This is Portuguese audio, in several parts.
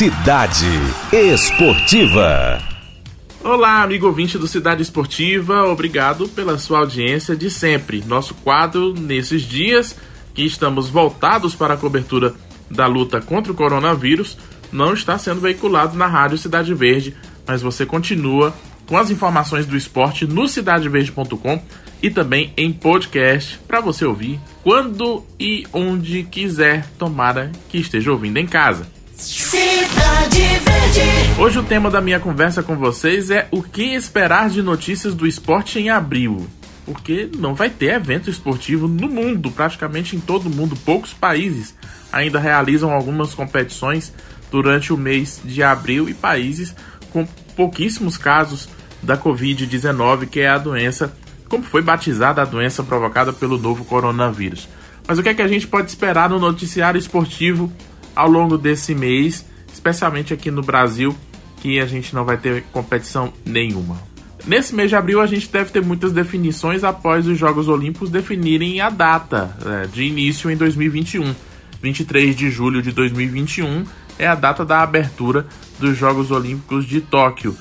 Cidade Esportiva. Olá, amigo ouvinte do Cidade Esportiva, obrigado pela sua audiência de sempre. Nosso quadro nesses dias que estamos voltados para a cobertura da luta contra o coronavírus não está sendo veiculado na Rádio Cidade Verde, mas você continua com as informações do esporte no cidadeverde.com e também em podcast para você ouvir quando e onde quiser, tomara que esteja ouvindo em casa. Cidade Verde. Hoje o tema da minha conversa com vocês é o que esperar de notícias do esporte em abril. Porque não vai ter evento esportivo no mundo, praticamente em todo o mundo. Poucos países ainda realizam algumas competições durante o mês de abril e países com pouquíssimos casos da Covid-19, que é a doença, como foi batizada a doença provocada pelo novo coronavírus. Mas o que é que a gente pode esperar no noticiário esportivo ao longo desse mês, especialmente aqui no Brasil, que a gente não vai ter competição nenhuma? Nesse mês de abril a gente deve ter muitas definições após os Jogos Olímpicos definirem a data de início em 2021. 23 de julho de 2021 é a data da abertura dos Jogos Olímpicos de Tóquio.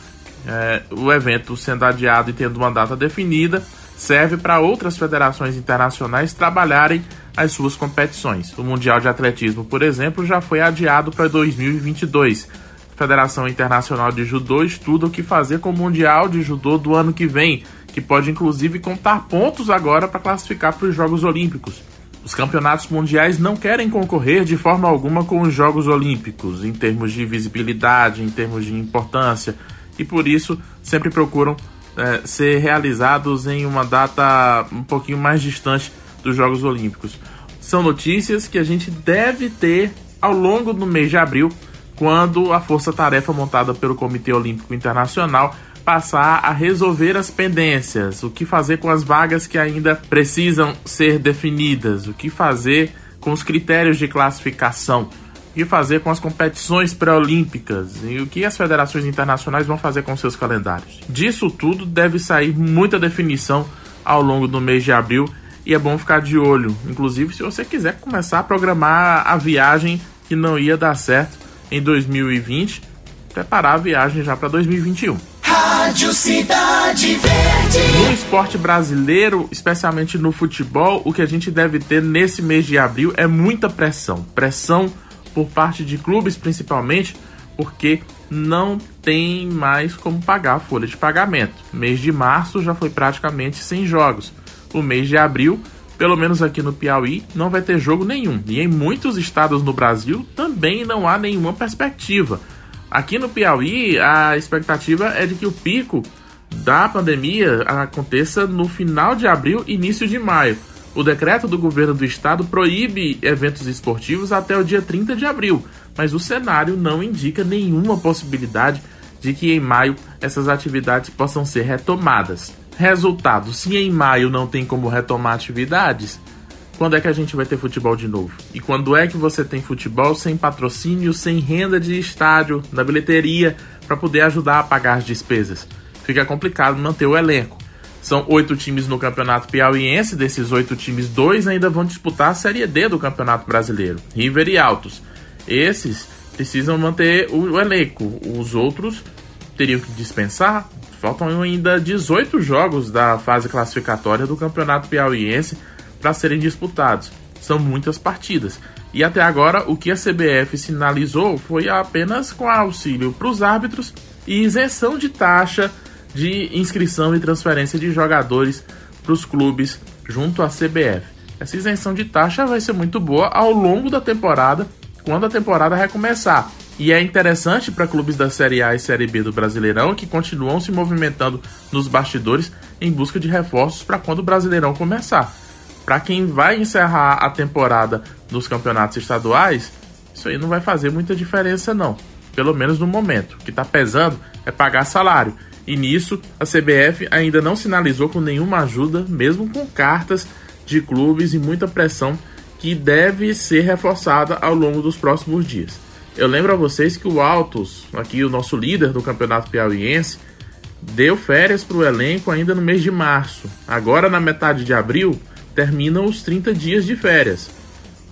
O evento sendo adiado e tendo uma data definida serve para outras federações internacionais trabalharem as suas competições. O Mundial de Atletismo, por exemplo, já foi adiado para 2022. A Federação Internacional de Judô estuda o que fazer com o Mundial de Judô do ano que vem, que pode inclusive contar pontos agora para classificar para os Jogos Olímpicos. Os campeonatos mundiais não querem concorrer de forma alguma com os Jogos Olímpicos, em termos de visibilidade, em termos de importância, e por isso sempre procuram ser realizados em uma data um pouquinho mais distante dos Jogos Olímpicos. São notícias que a gente deve ter ao longo do mês de abril, quando a força-tarefa montada pelo Comitê Olímpico Internacional passar a resolver as pendências, o que fazer com as vagas que ainda precisam ser definidas, o que fazer com os critérios de classificação, o que fazer com as competições pré-olímpicas e o que as federações internacionais vão fazer com seus calendários. Disso tudo deve sair muita definição ao longo do mês de abril e é bom ficar de olho, inclusive se você quiser começar a programar a viagem que não ia dar certo em 2020, preparar a viagem já para 2021. Rádio Cidade Verde. No esporte brasileiro, especialmente no futebol, o que a gente deve ter nesse mês de abril é muita pressão. Pressão por parte de clubes, principalmente, porque não tem mais como pagar a folha de pagamento. Mês de março já foi praticamente sem jogos. O mês de abril, pelo menos aqui no Piauí, não vai ter jogo nenhum. E em muitos estados no Brasil também não há nenhuma perspectiva. Aqui no Piauí, a expectativa é de que o pico da pandemia aconteça no final de abril, início de maio. O decreto do governo do estado proíbe eventos esportivos até o dia 30 de abril, mas o cenário não indica nenhuma possibilidade de que em maio essas atividades possam ser retomadas. Resultado, se em maio não tem como retomar atividades, quando é que a gente vai ter futebol de novo? E quando é que você tem futebol sem patrocínio, sem renda de estádio, da bilheteria, para poder ajudar a pagar as despesas? Fica complicado manter o elenco. São 8 times no Campeonato Piauiense, desses 8 times, 2 ainda vão disputar a Série D do Campeonato Brasileiro, River e Altos. Esses precisam manter o elenco, os outros teriam que dispensar. Faltam ainda 18 jogos da fase classificatória do Campeonato Piauiense para serem disputados. São muitas partidas. E até agora o que a CBF sinalizou foi apenas com auxílio para os árbitros e isenção de taxa de inscrição e transferência de jogadores para os clubes junto à CBF. Essa isenção de taxa vai ser muito boa ao longo da temporada, quando a temporada recomeçar. E é interessante para clubes da Série A e Série B do Brasileirão que continuam se movimentando nos bastidores em busca de reforços para quando o Brasileirão começar. Para quem vai encerrar a temporada nos campeonatos estaduais, isso aí não vai fazer muita diferença não. Pelo menos no momento. O que está pesando é pagar salário. E nisso, a CBF ainda não sinalizou com nenhuma ajuda, mesmo com cartas de clubes e muita pressão que deve ser reforçada ao longo dos próximos dias. Eu lembro a vocês que o Altos, aqui o nosso líder do Campeonato Piauiense, deu férias para o elenco ainda no mês de março. Agora, na metade de abril, terminam os 30 dias de férias.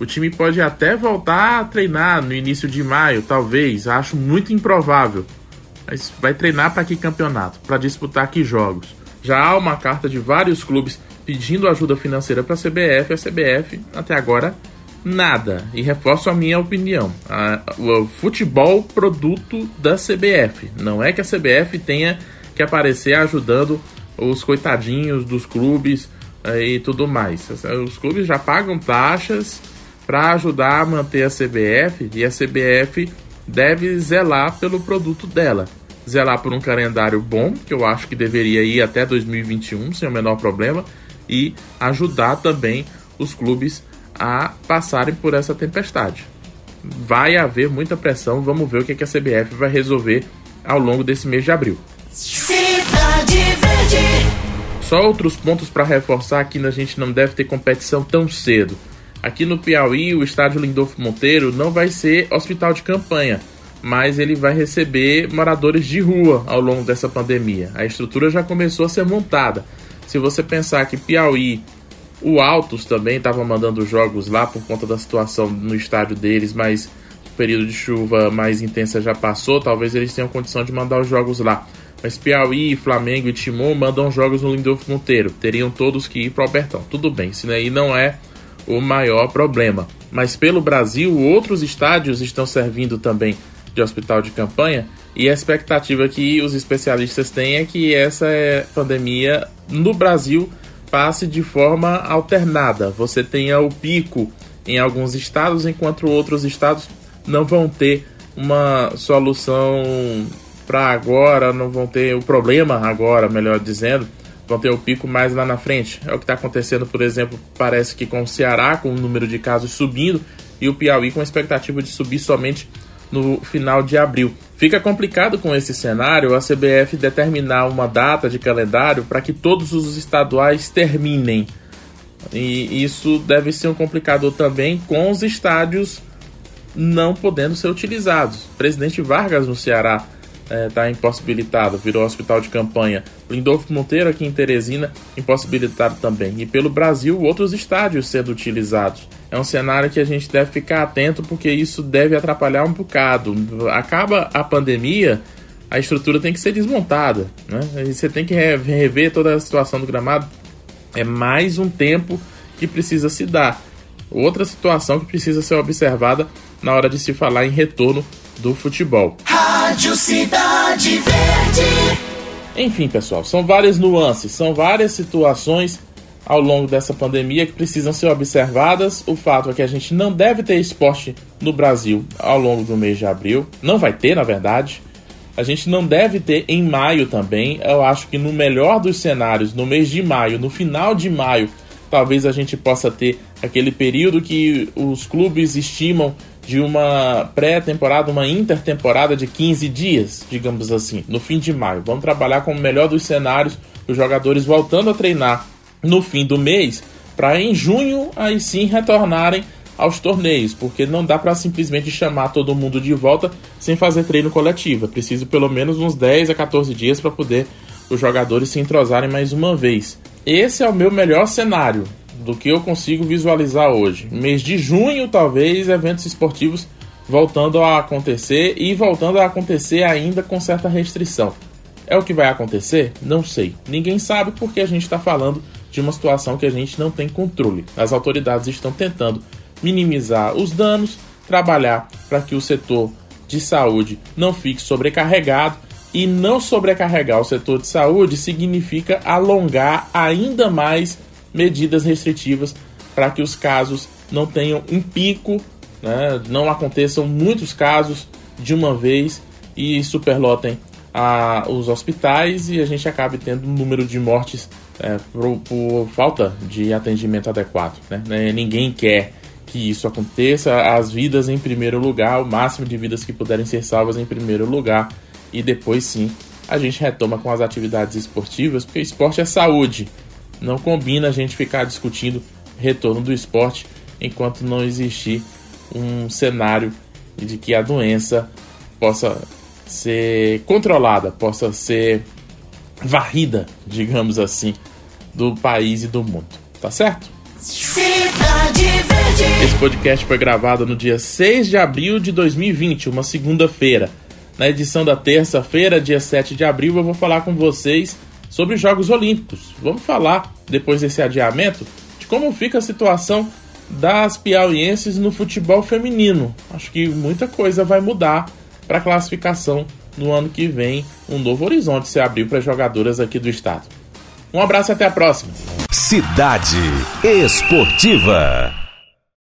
O time pode até voltar a treinar no início de maio, talvez, acho muito improvável. Mas vai treinar para que campeonato? Para disputar que jogos? Já há uma carta de vários clubes pedindo ajuda financeira para a CBF. A CBF, até agora, nada. E reforço a minha opinião. O futebol, produto da CBF. Não é que a CBF tenha que aparecer ajudando os coitadinhos dos clubes e tudo mais. Os clubes já pagam taxas para ajudar a manter a CBF, e a CBF deve zelar pelo produto dela. Zelar por um calendário bom, que eu acho que deveria ir até 2021, sem o menor problema, e ajudar também os clubes a passarem por essa tempestade. Vai haver muita pressão, vamos ver o que a CBF vai resolver ao longo desse mês de abril. Cidade Verde. Só outros pontos para reforçar que a gente não deve ter competição tão cedo. Aqui no Piauí, o estádio Lindolfo Monteiro não vai ser hospital de campanha, mas ele vai receber moradores de rua ao longo dessa pandemia. A estrutura já começou a ser montada. Se você pensar que Piauí, o Altos também estava mandando jogos lá por conta da situação no estádio deles, mas o período de chuva mais intensa já passou, talvez eles tenham condição de mandar os jogos lá. Mas Piauí, Flamengo e Timon mandam jogos no Lindolfo Monteiro. Teriam todos que ir para o Albertão. Tudo bem, isso aí não é o maior problema. Mas pelo Brasil, outros estádios estão servindo também de hospital de campanha, e a expectativa que os especialistas têm é que essa pandemia no Brasil passe de forma alternada. Você tenha o pico em alguns estados, enquanto outros estados não vão ter uma solução para agora, não vão ter o problema agora, melhor dizendo, vão ter o pico mais lá na frente. É o que está acontecendo, por exemplo, parece que com o Ceará, com o número de casos subindo, e o Piauí com a expectativa de subir somente no final de abril. Fica complicado com esse cenário a CBF determinar uma data de calendário para que todos os estaduais terminem. E isso deve ser um complicador também com os estádios não podendo ser utilizados. Presidente Vargas no Ceará está impossibilitado, virou hospital de campanha. Lindolfo Monteiro aqui em Teresina, impossibilitado também. E pelo Brasil, outros estádios sendo utilizados. É um cenário que a gente deve ficar atento, porque isso deve atrapalhar um bocado. Acaba a pandemia, a estrutura tem que ser desmontada, né? E você tem que rever toda a situação do gramado. É mais um tempo que precisa se dar. Outra situação que precisa ser observada na hora de se falar em retorno do futebol. Rádio Cidade Verde. Enfim, pessoal, são várias nuances, são várias situações ao longo dessa pandemia que precisam ser observadas. O fato é que a gente não deve ter esporte no Brasil ao longo do mês de abril. Não vai ter, na verdade. A gente não deve ter em maio também. Eu acho que no melhor dos cenários, no mês de maio, no final de maio, talvez a gente possa ter aquele período que os clubes estimam de uma pré-temporada, uma intertemporada de 15 dias, digamos assim, no fim de maio. Vamos trabalhar com o melhor dos cenários, os jogadores voltando a treinar no fim do mês, para em junho aí sim retornarem aos torneios, porque não dá para simplesmente chamar todo mundo de volta sem fazer treino coletivo. É preciso pelo menos uns 10 a 14 dias para poder os jogadores se entrosarem mais uma vez. Esse é o meu melhor cenário do que eu consigo visualizar hoje. Mês de junho, talvez, eventos esportivos voltando a acontecer, e voltando a acontecer ainda com certa restrição. É o que vai acontecer? Não sei. Ninguém sabe, porque a gente está falando de uma situação que a gente não tem controle. As autoridades estão tentando minimizar os danos, trabalhar para que o setor de saúde não fique sobrecarregado, e não sobrecarregar o setor de saúde significa alongar ainda mais medidas restritivas para que os casos não tenham um pico, né, não aconteçam muitos casos de uma vez e superlotem os hospitais, e a gente acabe tendo um número de mortes por falta de atendimento adequado, né? Ninguém quer que isso aconteça. As vidas em primeiro lugar, o máximo de vidas que puderem ser salvas em primeiro lugar, e depois sim a gente retoma com as atividades esportivas, porque esporte é saúde. Não combina a gente ficar discutindo retorno do esporte enquanto não existir um cenário de que a doença possa ser controlada, possa ser varrida, digamos assim, do país e do mundo. Tá certo? Cidade Verde. Esse podcast foi gravado no dia 6 de abril de 2020, uma segunda-feira. Na edição da terça-feira, dia 7 de abril, eu vou falar com vocês sobre os Jogos Olímpicos. Vamos falar, depois desse adiamento, de como fica a situação das piauienses no futebol feminino. Acho que muita coisa vai mudar para a classificação no ano que vem. Um novo horizonte se abriu para as jogadoras aqui do estado. Um abraço e até a próxima. Cidade Esportiva.